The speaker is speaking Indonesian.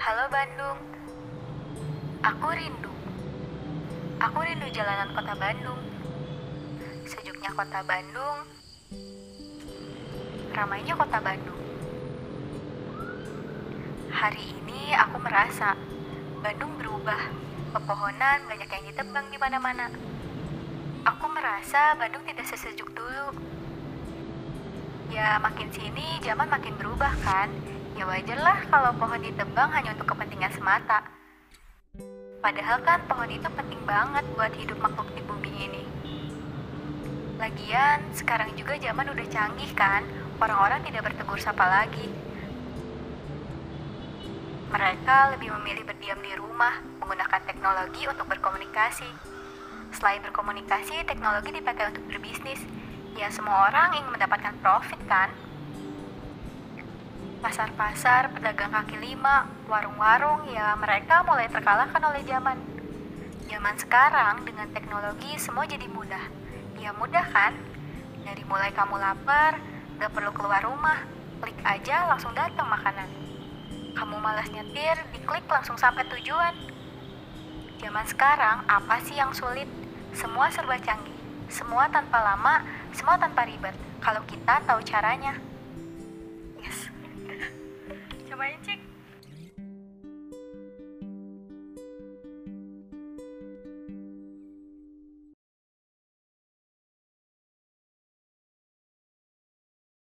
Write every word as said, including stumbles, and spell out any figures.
Halo Bandung, aku rindu. Aku rindu jalanan kota Bandung, sejuknya kota Bandung, ramainya kota Bandung. Hari ini aku merasa Bandung berubah, pepohonan banyak yang ditebang di mana-mana. Aku merasa Bandung tidak sesejuk dulu. Ya makin sini zaman makin berubah kan. Ya wajarlah kalau pohon ditebang hanya untuk kepentingan semata. Padahal kan pohon itu penting banget buat hidup makhluk di bumi ini. Lagian sekarang juga zaman udah canggih kan. Orang-orang tidak bertegur sapa lagi. Mereka lebih memilih berdiam di rumah, menggunakan teknologi untuk berkomunikasi. Selain berkomunikasi, teknologi dipakai untuk berbisnis. Ya semua orang ingin mendapatkan profit kan? Pasar-pasar, pedagang kaki lima, warung-warung, ya mereka mulai terkalahkan oleh zaman. Zaman sekarang dengan teknologi semua jadi mudah. Ya mudah kan? Dari mulai kamu lapar, gak perlu keluar rumah, klik aja langsung datang makanan. Kamu malas nyetir, diklik langsung sampai tujuan. Zaman sekarang apa sih yang sulit? Semua serba canggih, semua tanpa lama, semua tanpa ribet. Kalau kita tahu caranya. Yes. Cobain cek.